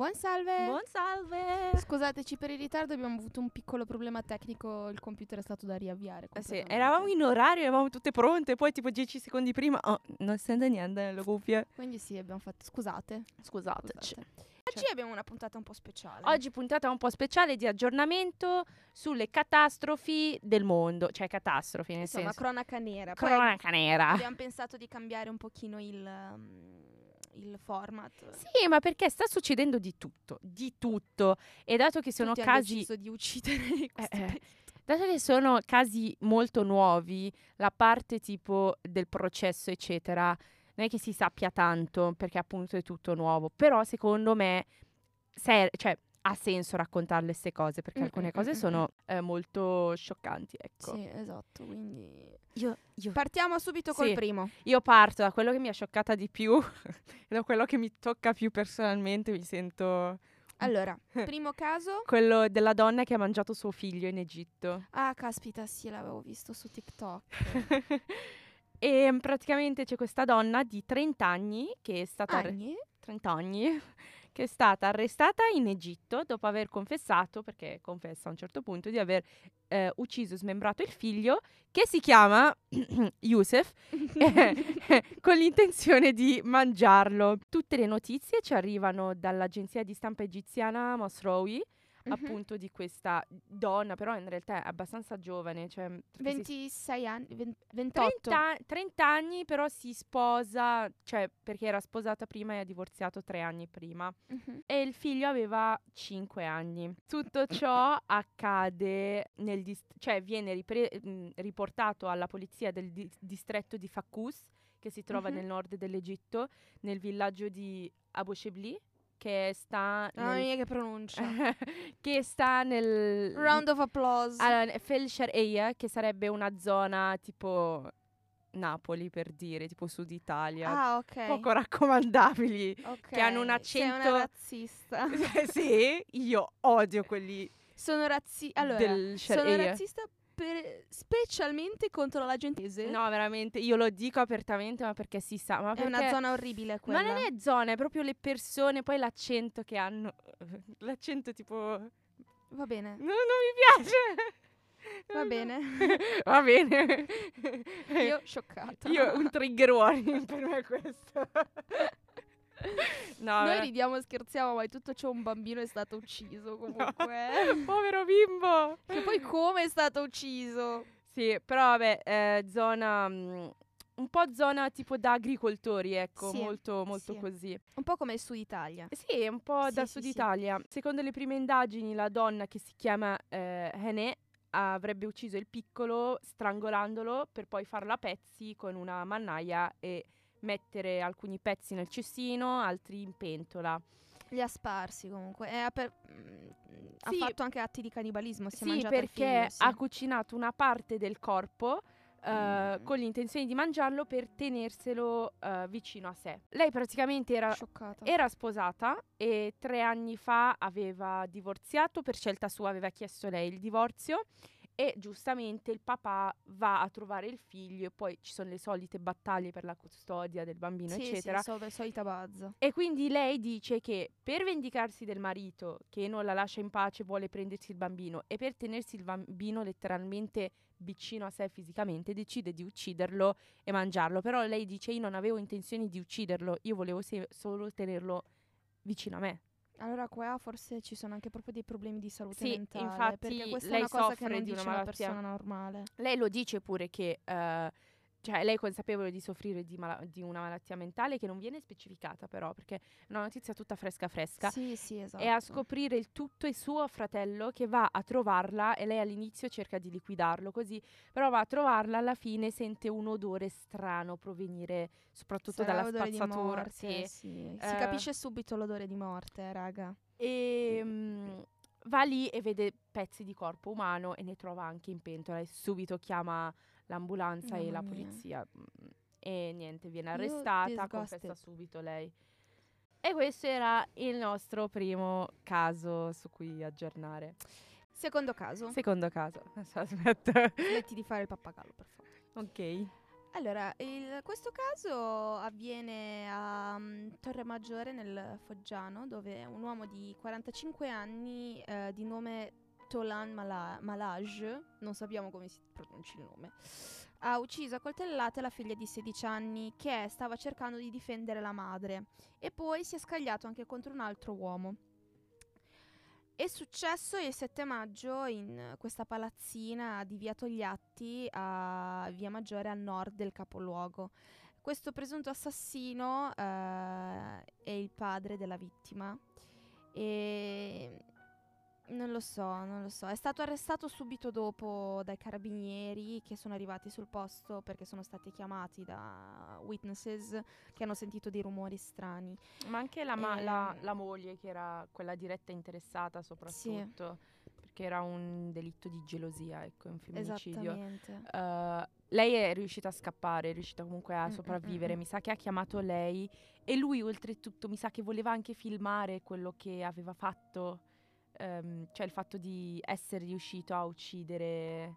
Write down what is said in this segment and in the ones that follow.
Buon salve! Buon salve! Scusateci per il ritardo, abbiamo avuto un piccolo problema tecnico, il computer è stato da riavviare. Sì, completamente. eravamo in orario, eravamo tutte pronte, poi tipo 10 secondi prima, non sente niente nelle cuffie. Quindi sì, abbiamo fatto... Scusate. Scusateci. Oggi abbiamo una puntata un po' speciale. Oggi puntata un po' speciale di aggiornamento sulle catastrofi del mondo, cioè catastrofi nel Insomma, senso cronaca nera. Poi cronaca nera. abbiamo pensato di cambiare un pochino il format. Sì, ma perché sta succedendo di tutto. E dato che sono Tutti hanno casi deciso di uccidere questi dato che sono casi molto nuovi, la parte tipo del processo, eccetera, non è che si sappia tanto, perché appunto è tutto nuovo. Però secondo me cioè, ha senso raccontarle queste cose, perché alcune cose sono molto scioccanti, ecco. Sì, esatto, quindi... Io Partiamo subito col Sì. primo. Io parto da quello che mi ha scioccata di più, da quello che mi tocca più personalmente, mi sento... Allora, primo caso. Quello della donna che ha mangiato suo figlio in Egitto. Ah, caspita, sì, l'avevo visto su TikTok. E praticamente c'è questa donna di 30 anni che è stata 30 anni che è stata arrestata in Egitto dopo aver confessato, perché confessa a un certo punto, di aver ucciso e smembrato il figlio, che si chiama Youssef, con l'intenzione di mangiarlo. Tutte le notizie ci arrivano dall'agenzia di stampa egiziana Mosraoui, appunto di questa donna, però in realtà è abbastanza giovane, cioè 26 anni, 28. 30 anni, però si sposa, cioè perché era sposata prima e ha divorziato 3 anni prima. E il figlio aveva 5 anni. Tutto ciò accade cioè viene riportato alla polizia del distretto di Fakus, che si trova nel nord dell'Egitto, nel villaggio di Abu Shibli, che sta Mamma mia, che pronuncia. che sta nel Round of applause. Fel Sharqiya, che sarebbe una zona tipo Napoli, per dire, tipo Sud Italia. Ah, ok. Poco raccomandabili, Ok. che hanno un accento... Sei una razzista. Sì, io odio quelli Sono razzista. Allora, del sono Sharqiya. razzista specialmente contro la gentese. No, veramente, io lo dico apertamente, ma perché si sa. Ma È una zona orribile quella. Ma non è zona, è proprio le persone, poi l'accento che hanno. L'accento tipo... Va bene. Non mi piace. Va bene. Va bene. Io scioccata. Un trigger warning per me questo. No, Noi ridiamo e scherziamo, ma in tutto ciò un bambino è stato ucciso comunque. No. Povero bimbo. Che poi come è stato ucciso? Sì, però vabbè, zona... un po' zona tipo da agricoltori, ecco, Sì, molto sì. così. Un po' come il Sud Italia. Sì, un po' Sì, da sì, Sud sì. Italia. Secondo le prime indagini, la donna, che si chiama Henè, avrebbe ucciso il piccolo strangolandolo per poi farlo a pezzi con una mannaia e mettere alcuni pezzi nel cestino, altri in pentola. Li ha sparsi comunque. Ha Sì. fatto anche atti di cannibalismo. Si è Sì, mangiato il perché figlio, sì. ha cucinato una parte del corpo con l'intenzione di mangiarlo per tenerselo vicino a sé. Lei praticamente Scioccata. era sposata e 3 anni fa aveva divorziato, per scelta sua aveva chiesto lei il divorzio e giustamente il papà va a trovare il figlio e poi ci sono le solite battaglie per la custodia del bambino, eccetera. Sì, solita bazza. E quindi lei dice che per vendicarsi del marito che non la lascia in pace vuole prendersi il bambino e per tenersi il bambino letteralmente vicino a sé fisicamente decide di ucciderlo e mangiarlo. Però lei dice: io non avevo intenzione di ucciderlo, io volevo solo tenerlo vicino a me. Allora qua forse ci sono anche proprio dei problemi di salute Sì, mentale. infatti perché questa lei è una cosa che soffre non di una dice una malattia. persona normale. Lei lo dice pure che cioè lei è consapevole di soffrire di una malattia mentale che non viene specificata, però, perché è una notizia tutta fresca. Sì, esatto. E a scoprire il tutto è suo fratello, che va a trovarla e lei all'inizio cerca di liquidarlo così, però va a trovarla, alla fine sente un odore strano provenire soprattutto Sarà dalla l'odore di spazzatura. morte, sì. Si capisce subito l'odore di morte, raga. E va lì e vede pezzi di corpo umano e ne trova anche in pentola e subito chiama l'ambulanza e Mamma la mia. polizia. E niente, viene Io arrestata, disgusted. confessa subito lei. E questo era il nostro primo caso su cui aggiornare. Secondo caso. Secondo caso. Aspetta. Smetti di fare il pappagallo, per favore. Ok. Allora, questo caso avviene a Torremaggiore nel Foggiano, dove un uomo di 45 anni di nome Tolan Malaj, non sappiamo come si pronunci il nome, ha ucciso a coltellate la figlia di 16 anni che stava cercando di difendere la madre e poi si è scagliato anche contro un altro uomo. È successo il 7 maggio in questa palazzina di via Togliatti a Via Maggiore a nord del capoluogo. Questo presunto assassino è il padre della vittima e non lo so. È stato arrestato subito dopo dai carabinieri che sono arrivati sul posto perché sono stati chiamati da witnesses che hanno sentito dei rumori strani. Ma anche la moglie, che era quella diretta interessata soprattutto, perché era un delitto di gelosia, ecco, un femminicidio. Esattamente. Lei è riuscita a scappare, è riuscita comunque a sopravvivere. Mi sa che ha chiamato lei e lui oltretutto mi sa che voleva anche filmare quello che aveva fatto. Cioè il fatto di essere riuscito a uccidere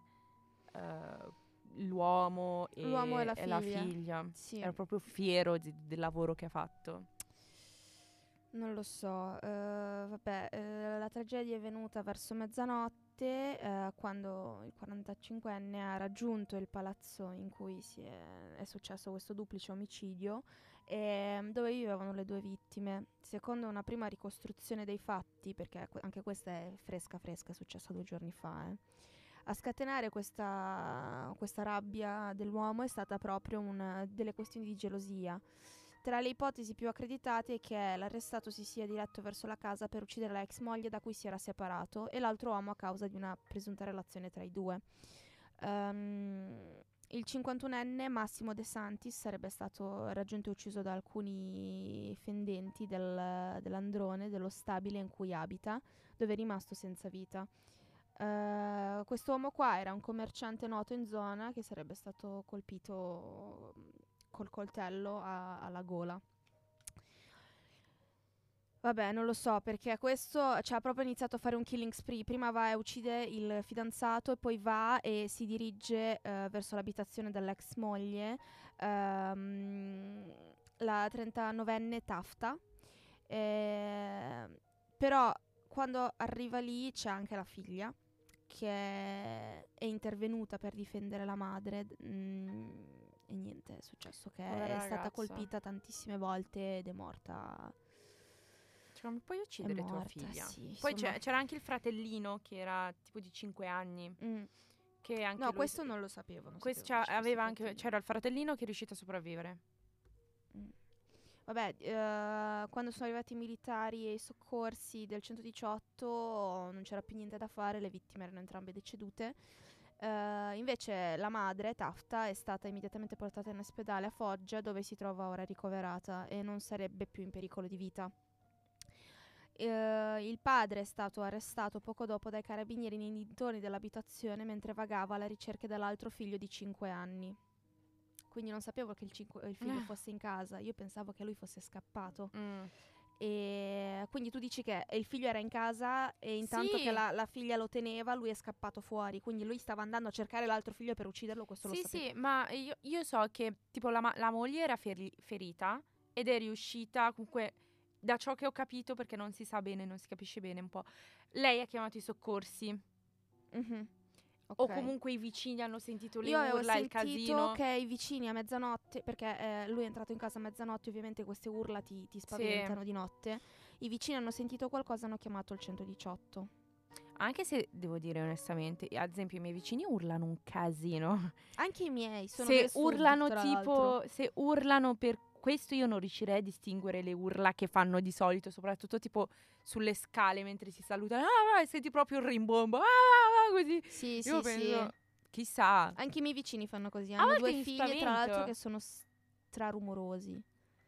l'uomo e la figlia. Sì. Ero proprio fiero del lavoro che ha fatto. Non lo so, la tragedia è venuta verso mezzanotte quando il 45enne ha raggiunto il palazzo in cui è successo questo duplice omicidio dove vivevano le due vittime. Secondo una prima ricostruzione dei fatti, perché anche questa è fresca, è successa 2 giorni fa, a scatenare questa rabbia dell'uomo è stata proprio delle questioni di gelosia. Tra le ipotesi più accreditate è che l'arrestato si sia diretto verso la casa per uccidere la ex moglie da cui si era separato e l'altro uomo a causa di una presunta relazione tra i due. Il 51enne Massimo De Santis sarebbe stato raggiunto e ucciso da alcuni fendenti dell'androne, dello stabile in cui abita, dove è rimasto senza vita. Quest'uomo qua era un commerciante noto in zona che sarebbe stato colpito col coltello alla gola. Vabbè, non lo so, perché questo ha proprio iniziato a fare un killing spree. Prima va e uccide il fidanzato e poi va e si dirige verso l'abitazione dell'ex moglie, la 39enne Tafta. Però quando arriva lì c'è anche la figlia, che è intervenuta per difendere la madre. E niente, è successo che è stata colpita tantissime volte ed è morta. Cioè, ma puoi uccidere tua figlia? Sì, poi c'era anche il fratellino che era tipo di 5 anni. Che anche no, questo non lo sapevo. C'era il fratellino che è riuscito a sopravvivere. Vabbè, quando sono arrivati i militari e i soccorsi del 118 non c'era più niente da fare, le vittime erano entrambe decedute. Invece la madre, Tafta, è stata immediatamente portata in ospedale a Foggia, dove si trova ora ricoverata e non sarebbe più in pericolo di vita. Il padre è stato arrestato poco dopo dai carabinieri nei dintorni dell'abitazione mentre vagava alla ricerca dell'altro figlio di 5 anni. Quindi non sapevo che il figlio fosse in casa, io pensavo che lui fosse scappato. E quindi tu dici che il figlio era in casa e intanto che la figlia lo teneva, lui è scappato fuori. Quindi lui stava andando a cercare l'altro figlio per ucciderlo, questo lo sapevo. Sì, ma io so che tipo la moglie era ferita ed è riuscita comunque, da ciò che ho capito, perché non si sa bene, non si capisce bene un po', lei ha chiamato i soccorsi. O comunque i vicini hanno sentito le urla, il casino. Io avevo sentito che i vicini a mezzanotte, perché lui è entrato in casa a mezzanotte, ovviamente queste urla ti spaventano di notte. I vicini hanno sentito qualcosa e hanno chiamato il 118. Anche se, devo dire onestamente, ad esempio i miei vicini urlano un casino. Anche i miei sono se urlano se urlano per questo, io non riuscirei a distinguere le urla che fanno di solito, soprattutto tipo sulle scale mentre si salutano. Senti proprio il rimbombo. Così. Sì, io penso, chissà. Anche i miei vicini fanno così. Hanno 2 figli, tra l'altro, che sono strarumorosi.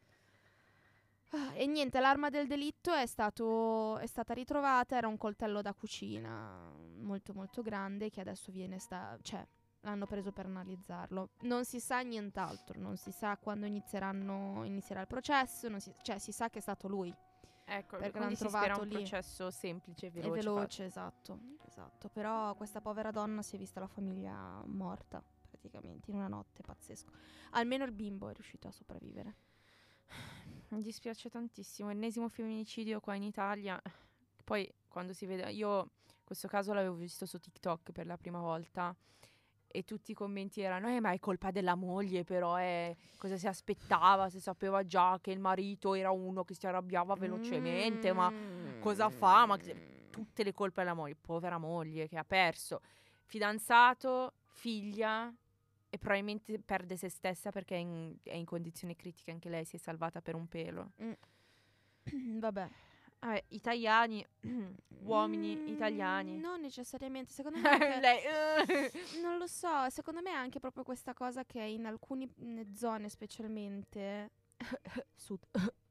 E niente, l'arma del delitto è stata ritrovata. Era un coltello da cucina molto molto grande che adesso l'hanno preso per analizzarlo. Non si sa nient'altro, non si sa quando inizierà il processo, si sa che è stato lui. Ecco, perché l'hanno trovato spera un processo semplice e veloce. Esatto. Però questa povera donna si è vista la famiglia morta, praticamente in una notte, pazzesco. Almeno il bimbo è riuscito a sopravvivere. Mi dispiace tantissimo, ennesimo femminicidio qua in Italia. Poi quando si vede, io questo caso l'avevo visto su TikTok per la prima volta e tutti i commenti erano ma è colpa della moglie, però cosa si aspettava, se sapeva già che il marito era uno che si arrabbiava velocemente, ma cosa fa? Ma tutte le colpe alla moglie, povera moglie che ha perso fidanzato, figlia e probabilmente perde se stessa perché è in condizioni critiche, anche lei si è salvata per un pelo. Vabbè, italiani, uomini italiani. Non necessariamente, secondo me anche, lei, non lo so, secondo me è anche proprio questa cosa che in alcune zone specialmente sud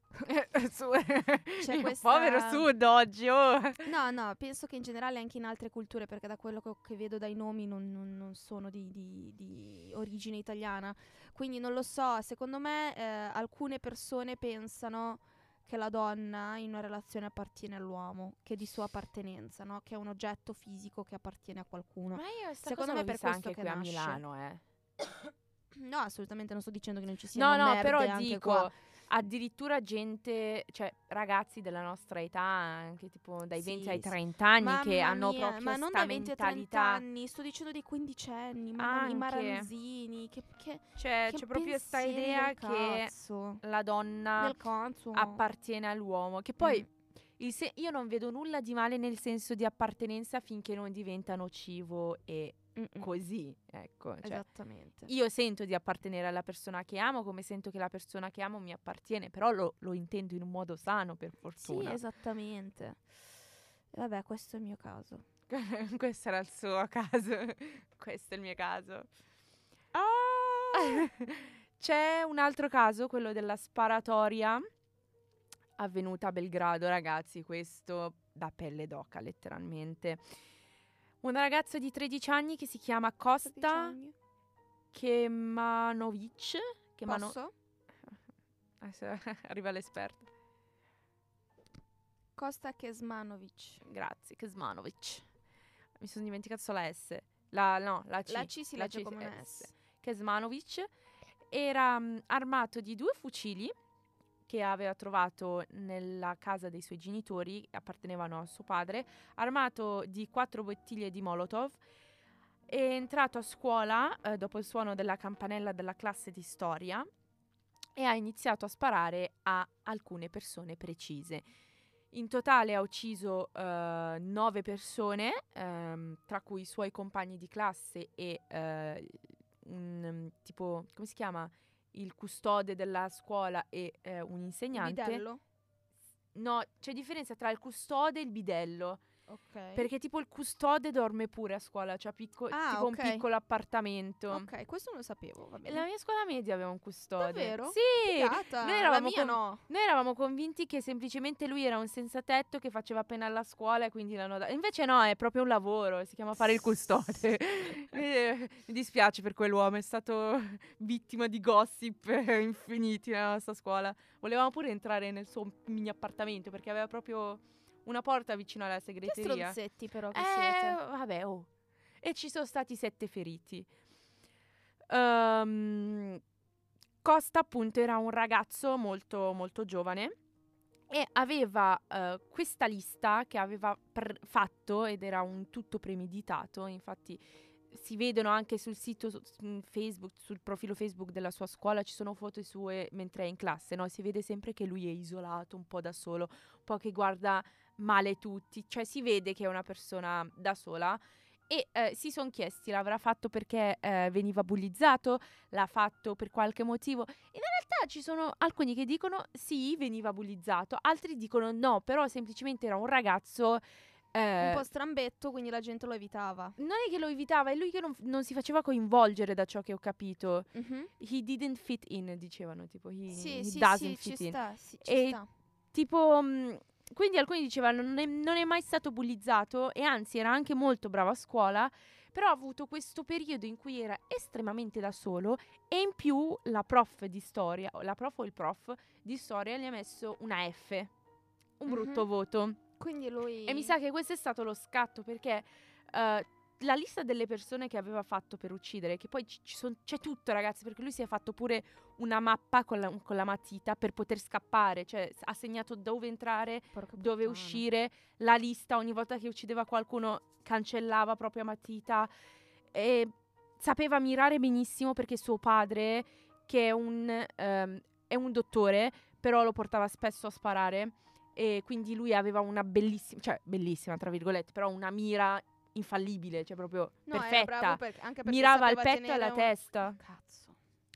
c'è questa... Povero sud oggi, oh. No, penso che in generale anche in altre culture, perché da quello che vedo dai nomi non sono di origine italiana, quindi non lo so, secondo me alcune persone pensano che la donna in una relazione appartiene all'uomo, che è di sua appartenenza, no? Che è un oggetto fisico che appartiene a qualcuno. Ma io secondo me per questo anche che qui nasce. a Milano, No, assolutamente non sto dicendo che non ci siano No, merde però anche dico, qua. addirittura gente, cioè ragazzi della nostra età, anche tipo dai 20 ai Sì, 30 anni, mamma che hanno mia, proprio ma non sta da 20 a 30 mentalità. anni, sto dicendo dei quindicenni, mamma mia, i Anche. maranzini, Cioè, che c'è proprio questa pensieri idea del che cazzo. la donna Del cazzo. appartiene all'uomo, che poi io non vedo nulla di male nel senso di appartenenza finché non diventa nocivo e così, ecco. Cioè, esattamente. io sento di appartenere alla persona che amo come sento che la persona che amo mi appartiene, però lo intendo in un modo sano, per fortuna. Sì, esattamente. Vabbè, questo è il mio caso. Questo era il suo caso. Questo è il mio caso. C'è un altro caso, quello della sparatoria avvenuta a Belgrado, ragazzi, questo da pelle d'oca, letteralmente. Una ragazza di 13 anni che si chiama Costa Kemanovic. Posso? Adesso arriva l'esperto. Costa Kesmanovic. Grazie, Kesmanovic. Mi sono dimenticato solo la S. La C. La C si legge come una S. Kesmanovic era armato di 2 fucili che aveva trovato nella casa dei suoi genitori, appartenevano a suo padre, armato di 4 bottiglie di Molotov. È entrato a scuola dopo il suono della campanella della classe di storia e ha iniziato a sparare a alcune persone precise. In totale ha ucciso 9 persone, tra cui i suoi compagni di classe e tipo, come si chiama? Il custode della scuola e un insegnante. Il bidello? No, c'è differenza tra il custode e il bidello. Ok. Perché tipo il custode dorme pure a scuola, cioè tipo un piccolo appartamento. Ok, questo non lo sapevo, va bene. La mia scuola media aveva un custode. Davvero? Sì! Figata. Noi eravamo, La mia no. noi eravamo convinti che semplicemente lui era un senzatetto che faceva pena alla scuola e quindi l'hanno dato. Invece no, è proprio un lavoro, si chiama fare il custode. Mi dispiace per quell'uomo, è stato vittima di gossip infiniti nella nostra scuola. Volevamo pure entrare nel suo mini appartamento perché aveva proprio una porta vicino alla segreteria. Che stronzetti però che siete. Vabbè, E ci sono stati 7 feriti. Costa appunto era un ragazzo molto molto giovane e aveva questa lista che aveva fatto ed era un tutto premeditato. Infatti si vedono anche sul sito Facebook, sul profilo Facebook della sua scuola, ci sono foto sue mentre è in classe, no? Si vede sempre che lui è isolato, un po' da solo, un po' che guarda male tutti, cioè si vede che è una persona da sola. E si sono chiesti, l'avrà fatto perché veniva bullizzato, l'ha fatto per qualche motivo. In realtà ci sono alcuni che dicono sì, veniva bullizzato, altri dicono no, però semplicemente era un ragazzo un po' strambetto, quindi la gente lo evitava. Non è che lo evitava, è lui che non si faceva coinvolgere, da ciò che ho capito. He didn't fit in, dicevano, tipo he doesn't fit in. Ci sta. Tipo, quindi alcuni dicevano non è mai stato bullizzato e anzi era anche molto bravo a scuola, però ha avuto questo periodo in cui era estremamente da solo e in più la prof di storia, la prof o il prof di storia gli ha messo una F, un brutto voto. Quindi lui... E mi sa che questo è stato lo scatto perché la lista delle persone che aveva fatto per uccidere, che poi c'è tutto, ragazzi, perché lui si è fatto pure una mappa con la matita per poter scappare, cioè ha segnato dove entrare, Porca dove puttana. uscire, la lista ogni volta che uccideva qualcuno cancellava proprio a matita, e sapeva mirare benissimo perché suo padre, che è un dottore, però lo portava spesso a sparare, e quindi lui aveva una bellissima, cioè bellissima tra virgolette, però una mira infallibile, cioè proprio No, era bravo perfetta. anche perché Mirava al sapeva petto e tenere alla testa. Cazzo.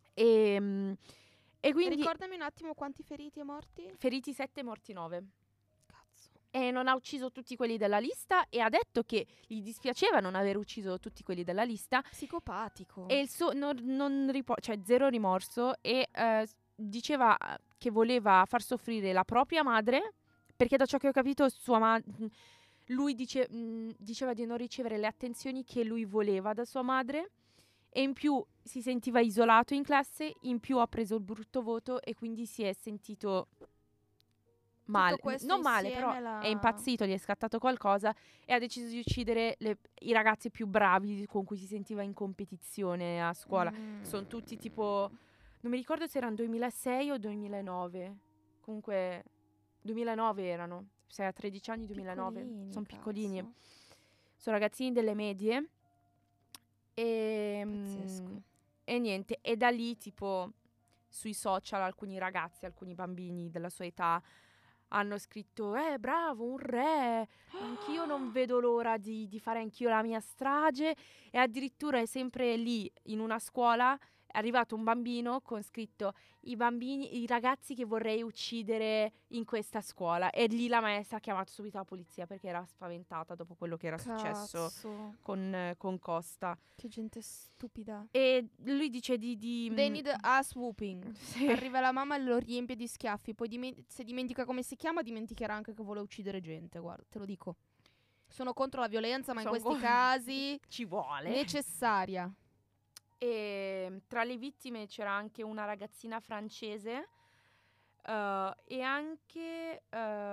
E quindi Ricordami un attimo quanti feriti e morti? feriti 7, morti 9. Cazzo. E non ha ucciso tutti quelli della lista, e ha detto che gli dispiaceva non aver ucciso tutti quelli della lista. Psicopatico. E il suo cioè zero rimorso, e diceva che voleva far soffrire la propria madre, perché da ciò che ho capito lui diceva di non ricevere le attenzioni che lui voleva da sua madre, e in più si sentiva isolato in classe, in più ha preso il brutto voto e quindi si è sentito male, non male, però è impazzito, gli è scattato qualcosa e ha deciso di uccidere i ragazzi più bravi con cui si sentiva in competizione a scuola. Sono tutti tipo, non mi ricordo se erano 2006 o 2009, comunque 2009 erano, se a 13 anni 2009, sono piccolini, sono ragazzini delle medie Pazzesco. e niente, e da lì tipo sui social alcuni ragazzi, alcuni bambini della sua età hanno scritto bravo, un re, anch'io non vedo l'ora di fare anch'io la mia strage. E addirittura è sempre lì in una scuola è arrivato un bambino con scritto i ragazzi che vorrei uccidere in questa scuola, e lì la maestra ha chiamato subito la polizia perché era spaventata dopo quello che era successo con Costa. Che gente stupida. E lui dice They need ass whooping. sì. Arriva la mamma e lo riempie di schiaffi. Poi se dimentica come si chiama, dimenticherà anche che vuole uccidere gente. Guarda, te lo dico. Sono contro la violenza, ma in questi casi ci vuole. necessaria. E tra le vittime c'era anche una ragazzina francese e anche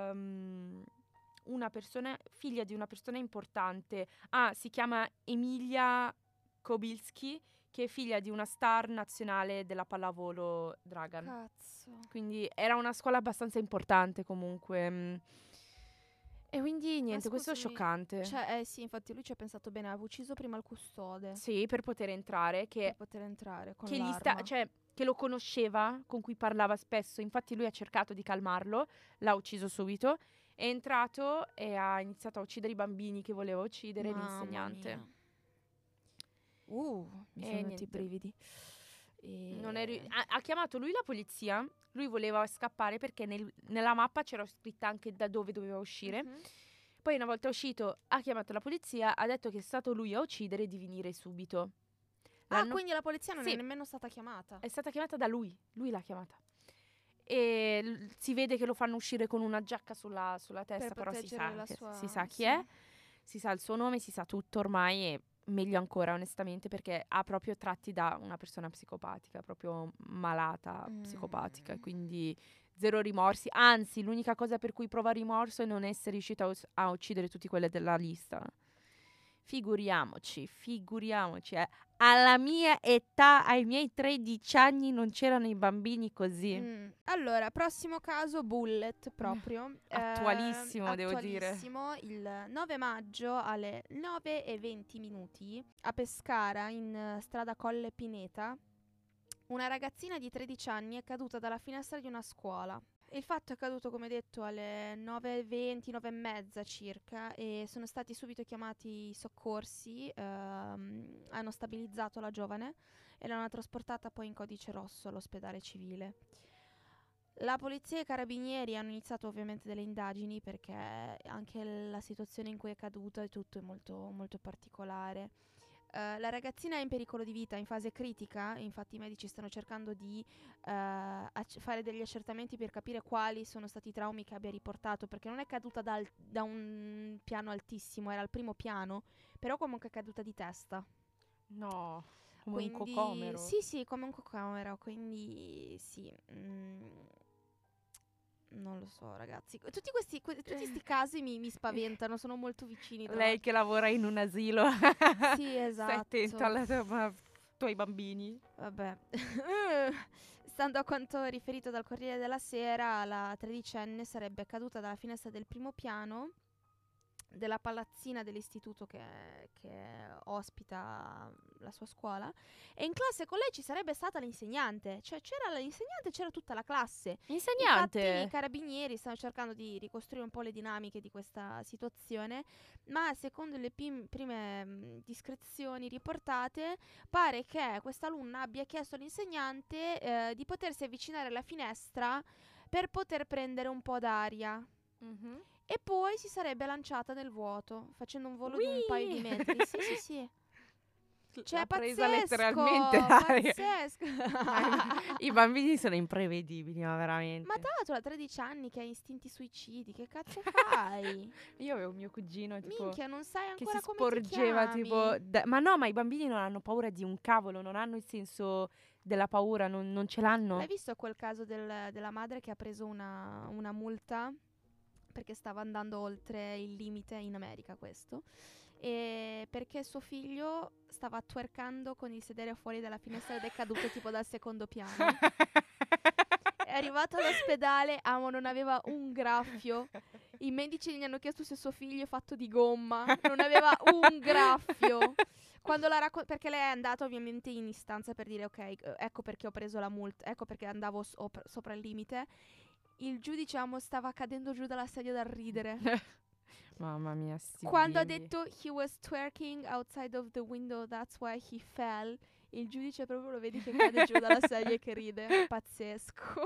una persona, figlia di una persona importante. Si chiama Emilia Kobilski, che è figlia di una star nazionale della pallavolo Dragan. Cazzo. Quindi era una scuola abbastanza importante comunque. E quindi niente, questo è scioccante. Cioè, sì, infatti lui ci ha pensato bene, aveva ucciso prima il custode. Sì, per poter entrare, Con che l'arma. che lo conosceva, con cui parlava spesso. Infatti lui ha cercato di calmarlo, l'ha ucciso subito, è entrato e ha iniziato a uccidere i bambini che voleva uccidere, l'insegnante. Mi sono venuti i brividi. Ha chiamato lui la polizia. Lui voleva scappare perché nella mappa c'era scritta anche da dove doveva uscire. Poi una volta uscito ha chiamato la polizia, ha detto che è stato lui a uccidere e di venire subito. Quindi la polizia non è nemmeno stata chiamata. È stata chiamata da lui l'ha chiamata. E si vede che lo fanno uscire con una giacca sulla testa, però si sa chi è, si sa il suo nome, si sa tutto ormai, e meglio ancora onestamente perché ha proprio tratti da una persona psicopatica, proprio malata, psicopatica, e quindi zero rimorsi. Anzi, l'unica cosa per cui prova rimorso è non essere riuscito a uccidere tutti quelli della lista. Figuriamoci. Alla mia età, ai miei 13 anni, non c'erano i bambini così. Allora, prossimo caso, Bullet proprio. Attualissimo, devo dire. Il 9 maggio alle 9:20 a Pescara, in strada Colle Pineta, una ragazzina di 13 anni è caduta dalla finestra di una scuola. Il fatto è accaduto, come detto, alle 9:20, 9:30 circa, e sono stati subito chiamati i soccorsi, hanno stabilizzato la giovane e l'hanno trasportata poi in codice rosso all'ospedale civile. La polizia e i carabinieri hanno iniziato ovviamente delle indagini perché anche la situazione in cui è caduta e tutto è molto, molto particolare. La ragazzina è in pericolo di vita, in fase critica, infatti i medici stanno cercando di fare degli accertamenti per capire quali sono stati i traumi che abbia riportato, perché non è caduta da un piano altissimo, era al primo piano, però comunque è caduta di testa. No, come un cocomero. Sì, come un cocomero, quindi sì. Non lo so, ragazzi. Tutti questi casi mi spaventano, sono molto vicini. Lei che lavora in un asilo. Sì, esatto. Stai attenta ai tuoi bambini. Vabbè. Stando a quanto riferito dal Corriere della Sera, la tredicenne sarebbe caduta dalla finestra del primo piano della palazzina dell'istituto che ospita la sua scuola, e in classe con lei ci sarebbe stata l'insegnante, cioè c'era l'insegnante, c'era tutta la classe. Insegnante? Infatti i carabinieri stanno cercando di ricostruire un po' le dinamiche di questa situazione, ma secondo le prime descrizioni riportate pare che questa alunna abbia chiesto all'insegnante di potersi avvicinare alla finestra per poter prendere un po' d'aria. E poi si sarebbe lanciata nel vuoto, facendo un volo di un paio di metri. Sì. Cioè, L'ha presa pazzesco, letteralmente l'aria. pazzesco. I bambini sono imprevedibili, ma veramente. Ma tra l'altro, a 13 anni che ha istinti suicidi, che cazzo fai? Io avevo un mio cugino, tipo, Minchia, non sai che ancora si come sporgeva, ti chiami. tipo... Ma no, ma i bambini non hanno paura di un cavolo, non hanno il senso della paura, non ce l'hanno. L'hai visto quel caso della madre che ha preso una multa perché stava andando oltre il limite in America, questo, e perché suo figlio stava twerkando con il sedere fuori dalla finestra ed è caduto tipo dal secondo piano. È arrivato all'ospedale, non aveva un graffio. I medici gli hanno chiesto se suo figlio è fatto di gomma, non aveva un graffio. Quando perché lei è andata ovviamente in istanza per dire ok, ecco perché ho preso la multa, ecco perché andavo sopra il limite. Il giudice stava cadendo giù dalla sedia dal ridere. Mamma mia, sti Quando ha bimbi. detto he was twerking outside of the window, that's why he fell, il giudice proprio lo vedi che cade giù dalla sedia e che ride. Pazzesco.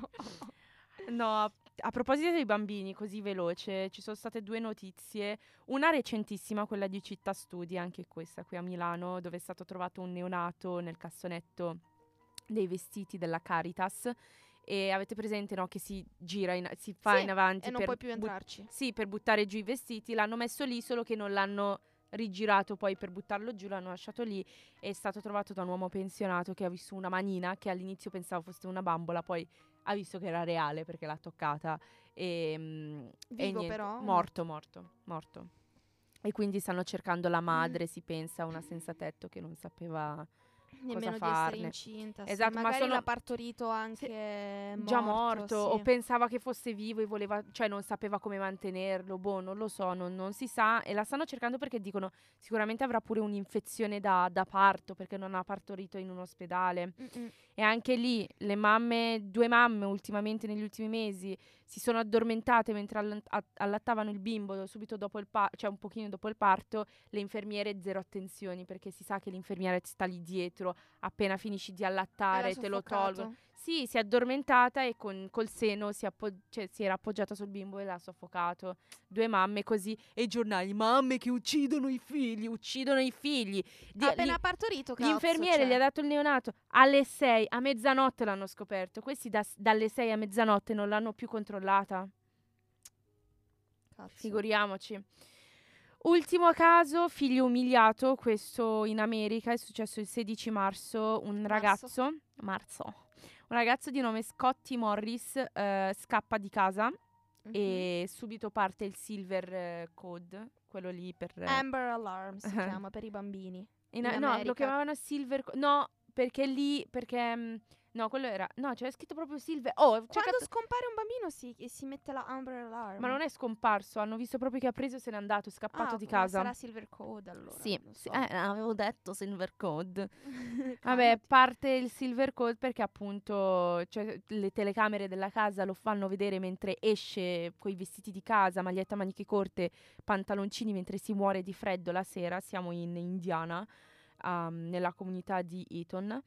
No, a proposito dei bambini, così veloce, ci sono state 2 notizie. Una recentissima, quella di Città Studi, anche questa qui a Milano, dove è stato trovato un neonato nel cassonetto dei vestiti della Caritas. E avete presente, no, che si gira, si fa Sì, in avanti e non puoi più entrarci. sì, per buttare giù i vestiti. L'hanno messo lì, solo che non l'hanno rigirato poi per buttarlo giù, l'hanno lasciato lì. È stato trovato da un uomo pensionato che ha visto una manina, che all'inizio pensava fosse una bambola, poi ha visto che era reale perché l'ha toccata. E Vivo niente, però? morto. E quindi stanno cercando la madre, si pensa, una senza tetto che non sapeva Nemmeno cosa di essere farne. incinta. Sì. Esatto, ma Magari sono l'ha partorito anche già morto, o sì. pensava che fosse vivo e voleva, cioè non sapeva come mantenerlo, non lo so, non si sa, e la stanno cercando perché dicono sicuramente avrà pure un'infezione da parto perché non ha partorito in un ospedale. E anche lì le mamme, 2 mamme ultimamente negli ultimi mesi si sono addormentate mentre allattavano il bimbo subito dopo cioè un pochino dopo il parto. Le infermiere zero attenzioni perché si sa che l'infermiera sta lì dietro, appena finisci di allattare te lo tolgono. Sì, si è addormentata e col seno si era appoggiata sul bimbo e l'ha soffocato. 2 mamme così, e i giornali, mamme che uccidono i figli. Appena partorito, cazzo. L'infermiere gli ha dato il neonato alle 6, a mezzanotte l'hanno scoperto. Questi dalle 6 a mezzanotte non l'hanno più controllata. Cazzo. Figuriamoci. Ultimo caso, figlio umiliato, questo in America, è successo il 16 marzo, un ragazzo di nome Scotty Morris scappa di casa e subito parte il Silver Code, quello lì per... Amber Alarm si chiama per i bambini. No, lo chiamavano Silver Code, no, perché lì, no, quello era... No, c'era scritto proprio Silver... Quando scompare un bambino si mette la Amber Alarm. Ma non è scomparso, hanno visto proprio che ha preso e se n'è andato, è scappato di casa. Sarà Silver Code allora. Sì, so. Avevo detto Silver Code. Vabbè, parte il Silver Code perché appunto le telecamere della casa lo fanno vedere mentre esce coi vestiti di casa, maglietta a maniche corte, pantaloncini, mentre si muore di freddo la sera. Siamo in Indiana, nella comunità di Eton.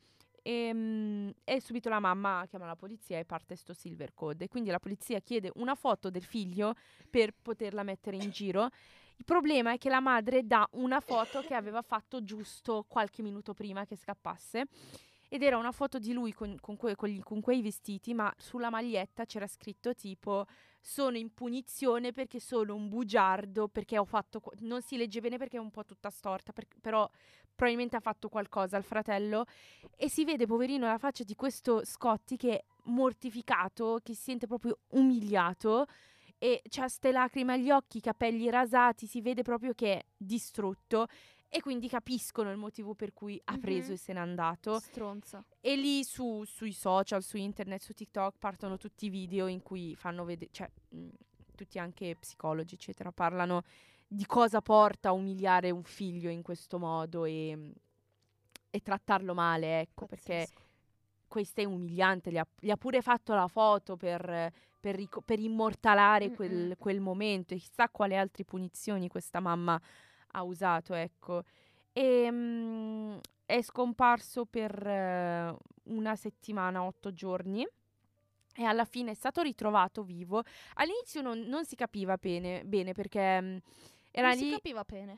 E subito la mamma chiama la polizia e parte sto Silver Code. E quindi la polizia chiede una foto del figlio per poterla mettere in giro. Il problema è che la madre dà una foto che aveva fatto giusto qualche minuto prima che scappasse. Ed era una foto di lui con quei vestiti, ma sulla maglietta c'era scritto tipo: sono in punizione perché sono un bugiardo, perché ho fatto... non si legge bene perché è un po' tutta storta, però probabilmente ha fatto qualcosa al fratello. E si vede, poverino, la faccia di questo Scotty che mortificato, che si sente proprio umiliato e c'ha ste lacrime agli occhi, i capelli rasati, si vede proprio che è distrutto e quindi capiscono il motivo per cui ha preso e se n'è andato. Stronza. E lì sui social, su internet, su TikTok partono tutti i video in cui fanno vedere, cioè tutti anche psicologi eccetera parlano di cosa porta a umiliare un figlio in questo modo e trattarlo male, ecco. Pazzesco. Perché questo è umiliante, gli ha pure fatto la foto per immortalare quel momento, e chissà quali altre punizioni questa mamma ha usato, ecco. E è scomparso per una settimana, 8 giorni, e alla fine è stato ritrovato vivo. All'inizio non si capiva bene perché era non lì. si capiva bene.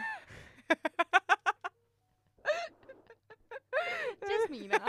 Jasmina.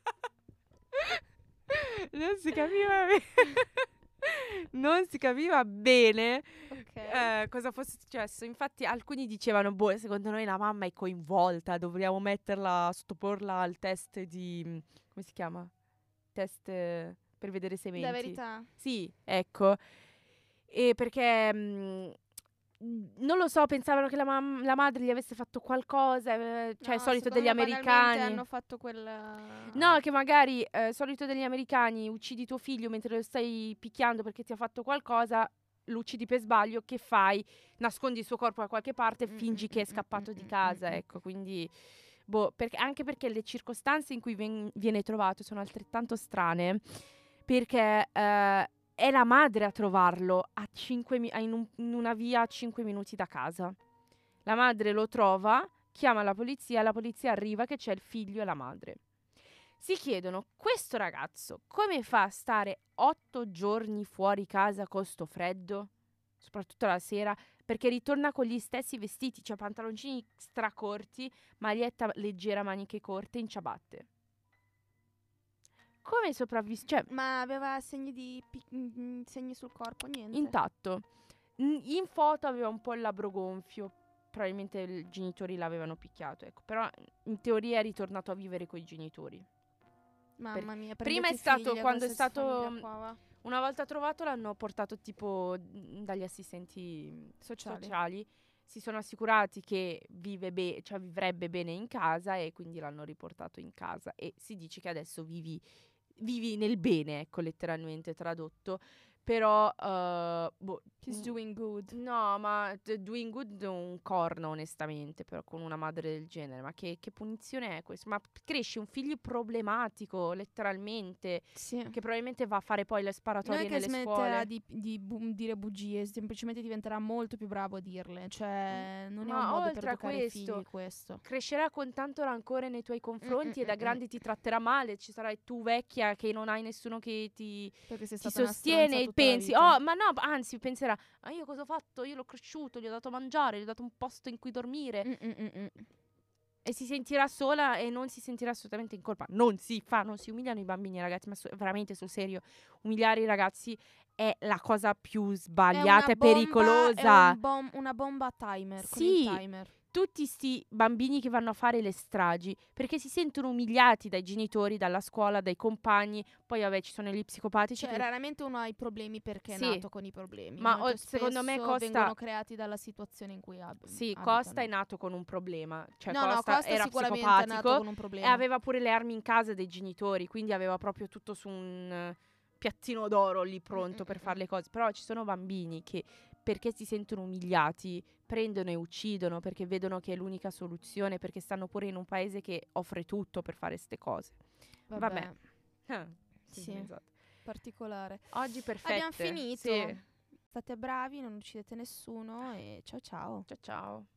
Non si capiva bene. Non si capiva bene cosa fosse successo. Infatti alcuni dicevano, boh, secondo noi la mamma è coinvolta, dovremmo sottoporla al test di, come si chiama? Test per vedere sementi. La verità. Sì, ecco. E perché non lo so, pensavano che la madre gli avesse fatto qualcosa, cioè No, solito secondo degli me americani. hanno fatto quel... No, che magari solito degli americani, uccidi tuo figlio mentre lo stai picchiando perché ti ha fatto qualcosa, lo uccidi per sbaglio, che fai? Nascondi il suo corpo da qualche parte e fingi che è scappato di casa, ecco. Quindi boh, anche perché le circostanze in cui viene trovato sono altrettanto strane, perché è la madre a trovarlo in una via a 5 minuti da casa. La madre lo trova, chiama la polizia arriva che c'è il figlio e la madre. Si chiedono, questo ragazzo come fa a stare 8 giorni fuori casa con sto freddo? Soprattutto la sera, perché ritorna con gli stessi vestiti, cioè pantaloncini stracorti, maglietta leggera, maniche corte, in ciabatte. Come sopravvissuto? Cioè, ma aveva segni sul corpo? Niente. Intatto. In foto aveva un po' il labbro gonfio. Probabilmente i genitori l'avevano picchiato, ecco. Però in teoria è ritornato a vivere con i genitori. Mamma mia, prima è stato quando è stato una volta trovato, l'hanno portato tipo dagli assistenti sociali. Si sono assicurati che vivrebbe bene in casa e quindi l'hanno riportato in casa, e si dice che adesso vivi nel bene, ecco, letteralmente tradotto. Però he's doing good. No, ma doing good un corno, onestamente, però con una madre del genere. Ma che punizione è questa? Ma cresce un figlio problematico, letteralmente, sì, che probabilmente va a fare poi le sparatorie nelle scuole. Non è che smetterà di dire bugie, semplicemente diventerà molto più bravo a dirle. Cioè, non è un modo per educare i figli questo. Crescerà con tanto rancore nei tuoi confronti e da grandi ti tratterà male. Ci sarai tu vecchia che non hai nessuno che ti sostiene e pensi, oh, ma no, anzi penserà, io cosa ho fatto? Io l'ho cresciuto, gli ho dato mangiare, gli ho dato un posto in cui dormire. E si sentirà sola e non si sentirà assolutamente in colpa. Non si umiliano i bambini e i ragazzi, ma veramente sul serio, umiliare i ragazzi è la cosa più sbagliata e pericolosa. È una bomba a timer. Sì, con il timer. Tutti sti bambini che vanno a fare le stragi perché si sentono umiliati dai genitori, dalla scuola, dai compagni. Poi vabbè, ci sono gli psicopatici, cioè raramente uno ha i problemi perché è nato con i problemi, ma secondo me Costa vengono creati dalla situazione in cui abitano. Sì, Costa è nato con un problema, cioè Costa era sicuramente psicopatico, è nato con un problema. e aveva pure le armi in casa dei genitori, quindi aveva proprio tutto su un piattino d'oro lì pronto per fare le cose. Però ci sono bambini che, perché si sentono umiliati, prendono e uccidono perché vedono che è l'unica soluzione, perché stanno pure in un paese che offre tutto per fare ste cose. Vabbè. Sì, particolare. Oggi perfetto. Abbiamo finito. Sì. State bravi, non uccidete nessuno e ciao ciao. Ciao ciao.